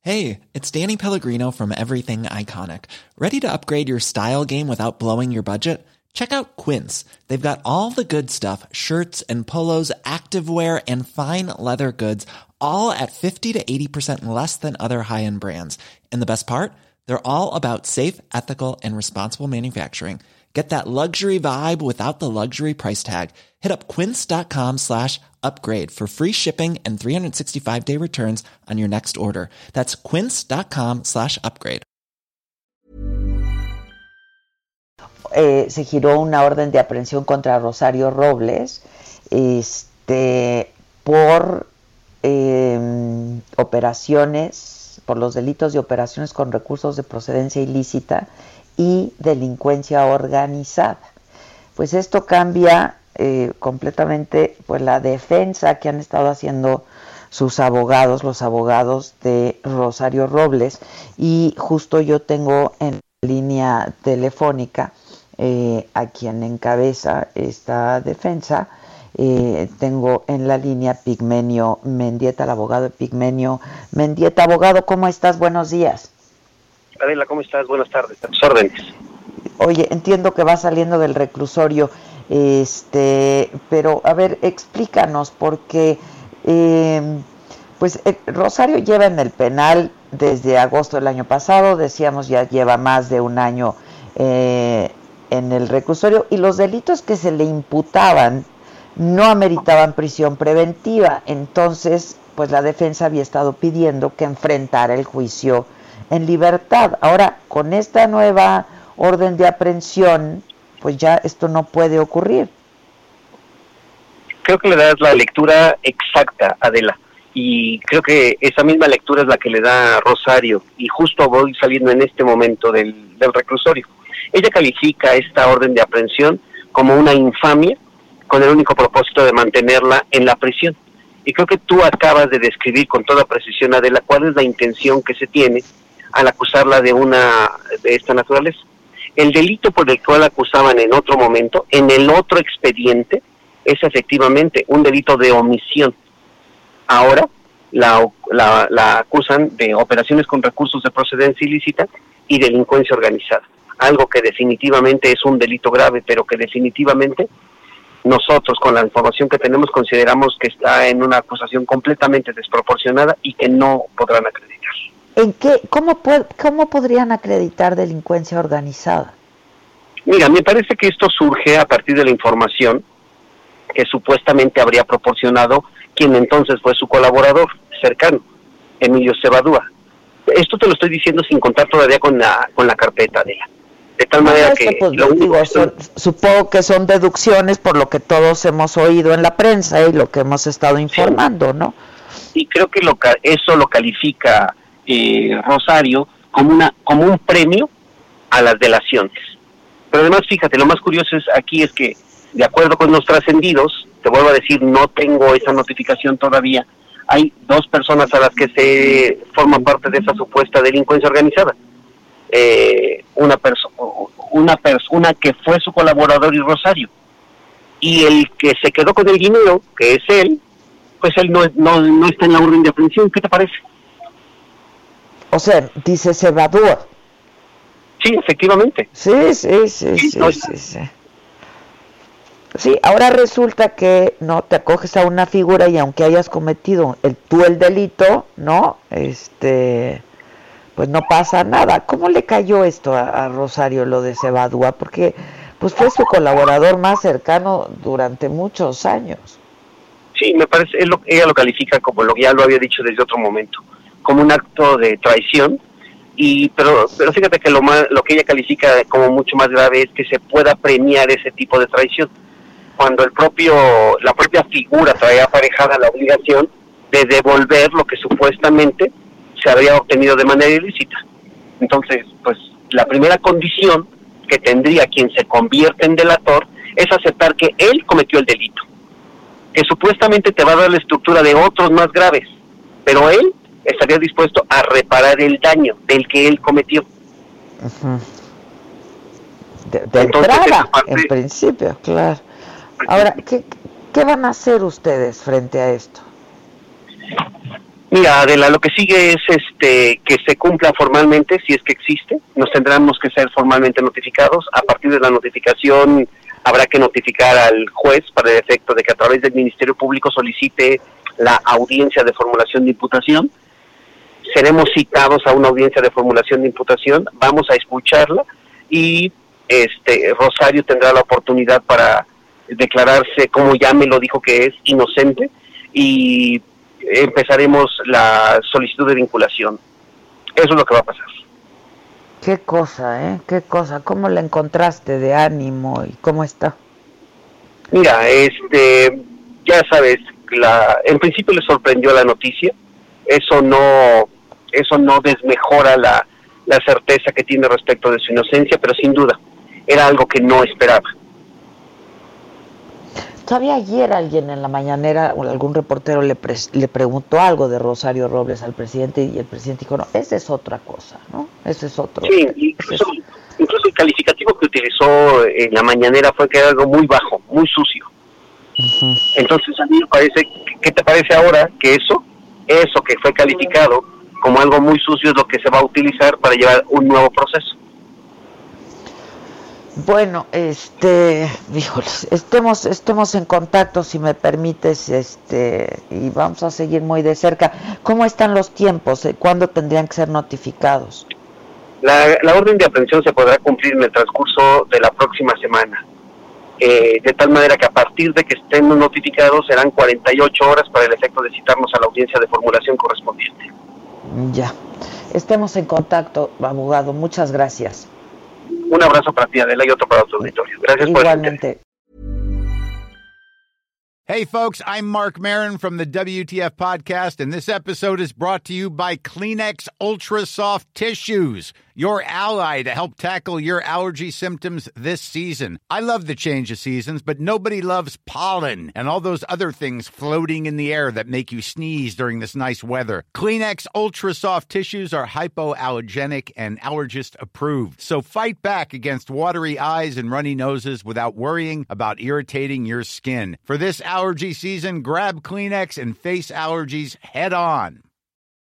Hey, it's Danny Pellegrino from Everything Iconic. Ready to upgrade your style game without blowing your budget? Check out Quince. They've got all the good stuff, shirts and polos, activewear, and fine leather goods, all at 50 to 80% less than other high-end brands. And the best part? They're all about safe, ethical, and responsible manufacturing. Get that luxury vibe without the luxury price tag. Hit up quince.com/upgrade for free shipping and 365-day returns on your next order. That's quince.com/upgrade. Se giró una orden de aprehensión contra Rosario Robles por operaciones, por los delitos de operaciones con recursos de procedencia ilícita y delincuencia organizada. Pues esto cambia completamente pues la defensa que han estado haciendo sus abogados, los abogados de Rosario Robles, y justo yo tengo en línea telefónica a quien encabeza esta defensa. Tengo en la línea Pigmenio Mendieta, el abogado de Pigmenio Mendieta. Abogado, ¿cómo estás? Buenos días. Adela, ¿cómo estás? Buenas tardes, a tus órdenes. Oye, entiendo que vas saliendo del reclusorio, pero a ver, explícanos, porque Rosario lleva en el penal desde agosto del año pasado, decíamos ya lleva más de un año en el reclusorio, y los delitos que se le imputaban no ameritaban prisión preventiva. Entonces, pues la defensa había estado pidiendo que enfrentara el juicio en libertad. Ahora, con esta nueva orden de aprehensión, pues ya esto no puede ocurrir. Creo que le das la lectura exacta, Adela, y creo que esa misma lectura es la que le da Rosario, y justo voy saliendo en este momento del reclusorio. Ella califica esta orden de aprehensión como una infamia, con el único propósito de mantenerla en la prisión. Y creo que tú acabas de describir con toda precisión, Adela, cuál es la intención que se tiene al acusarla de esta naturaleza. El delito por el cual acusaban en otro momento, en el otro expediente, es efectivamente un delito de omisión. Ahora la acusan de operaciones con recursos de procedencia ilícita y delincuencia organizada, algo que definitivamente es un delito grave, pero que definitivamente nosotros, con la información que tenemos, consideramos que está en una acusación completamente desproporcionada y que no podrán acreditar. ¿Cómo podrían acreditar delincuencia organizada? Mira, me parece que esto surge a partir de la información que supuestamente habría proporcionado quien entonces fue su colaborador cercano, Emilio Cebadúa. Esto te lo estoy diciendo sin contar todavía con la carpeta de ella. De tal manera que... supongo que son deducciones por lo que todos hemos oído en la prensa y lo que hemos estado informando, ¿no? Y creo que eso lo califica Rosario como un premio a las delaciones. Pero además, fíjate, lo más curioso aquí es que, de acuerdo con los trascendidos, te vuelvo a decir, no tengo esa notificación todavía, hay 2 personas a las que se forman parte de esa supuesta delincuencia organizada. Una persona que fue su colaborador y Rosario, y el que se quedó con el dinero, que es él, pues él no está en la orden de aprehensión. ¿Qué te parece? O sea, dice Cebadúa. Sí, efectivamente. Sí. Sí, ahora resulta que no te acoges a una figura y aunque hayas cometido tú el delito, ¿no? Pues no pasa nada. ¿Cómo le cayó esto a Rosario, lo de Cebadúa? Porque pues fue su colaborador más cercano durante muchos años. Sí, me parece, ella lo califica como lo que ya lo había dicho desde otro momento, como un acto de traición, pero fíjate que lo que ella califica como mucho más grave es que se pueda premiar ese tipo de traición, cuando la propia figura trae aparejada la obligación de devolver lo que supuestamente se habría obtenido de manera ilícita. Entonces, pues la primera condición que tendría quien se convierte en delator es aceptar que él cometió el delito, que supuestamente te va a dar la estructura de otros más graves, pero él estaría dispuesto a reparar el daño del que él cometió. Uh-huh. De entrada, en principio, claro. Ahora, ¿qué van a hacer ustedes frente a esto? Mira, Adela, lo que sigue es que se cumpla formalmente, si es que existe. Nos tendremos que ser formalmente notificados. A partir de la notificación habrá que notificar al juez para el efecto de que a través del Ministerio Público solicite la audiencia de formulación de imputación. Seremos citados a una audiencia de formulación de imputación, vamos a escucharla y Rosario tendrá la oportunidad para declararse, como ya me lo dijo, que es inocente, y empezaremos la solicitud de vinculación. Eso es lo que va a pasar. Qué cosa, ¿eh? Qué cosa. ¿Cómo la encontraste de ánimo y cómo está? Mira, ya sabes, en principio le sorprendió la noticia. Eso no desmejora la certeza que tiene respecto de su inocencia, pero sin duda era algo que no esperaba. Todavía ayer alguien en la mañanera, o algún reportero le preguntó algo de Rosario Robles al presidente y el presidente dijo, no, esa es otra cosa, ¿no? Ese es otro. Sí, incluso el calificativo que utilizó en la mañanera fue que era algo muy bajo, muy sucio. Uh-huh. Entonces a mí me parece, ¿qué te parece ahora que eso que fue calificado como algo muy sucio es lo que se va a utilizar para llevar un nuevo proceso? Bueno, híjoles, estemos en contacto, si me permites, y vamos a seguir muy de cerca. ¿Cómo están los tiempos? ¿Cuándo tendrían que ser notificados? La orden de aprehensión se podrá cumplir en el transcurso de la próxima semana, de tal manera que a partir de que estén notificados serán 48 horas para el efecto de citarnos a la audiencia de formulación correspondiente. Ya, estemos en contacto, abogado, muchas gracias. Un abrazo para ti, Adela, y otro para tu auditorio. Gracias. Igualmente. Hey, folks, I'm Mark Maron from the WTF Podcast, and this episode is brought to you by Kleenex Ultra Soft Tissues, your ally to help tackle your allergy symptoms this season. I love the change of seasons, but nobody loves pollen and all those other things floating in the air that make you sneeze during this nice weather. Kleenex Ultra Soft Tissues are hypoallergenic and allergist approved, so fight back against watery eyes and runny noses without worrying about irritating your skin. For this allergy season, grab Kleenex and face allergies head on.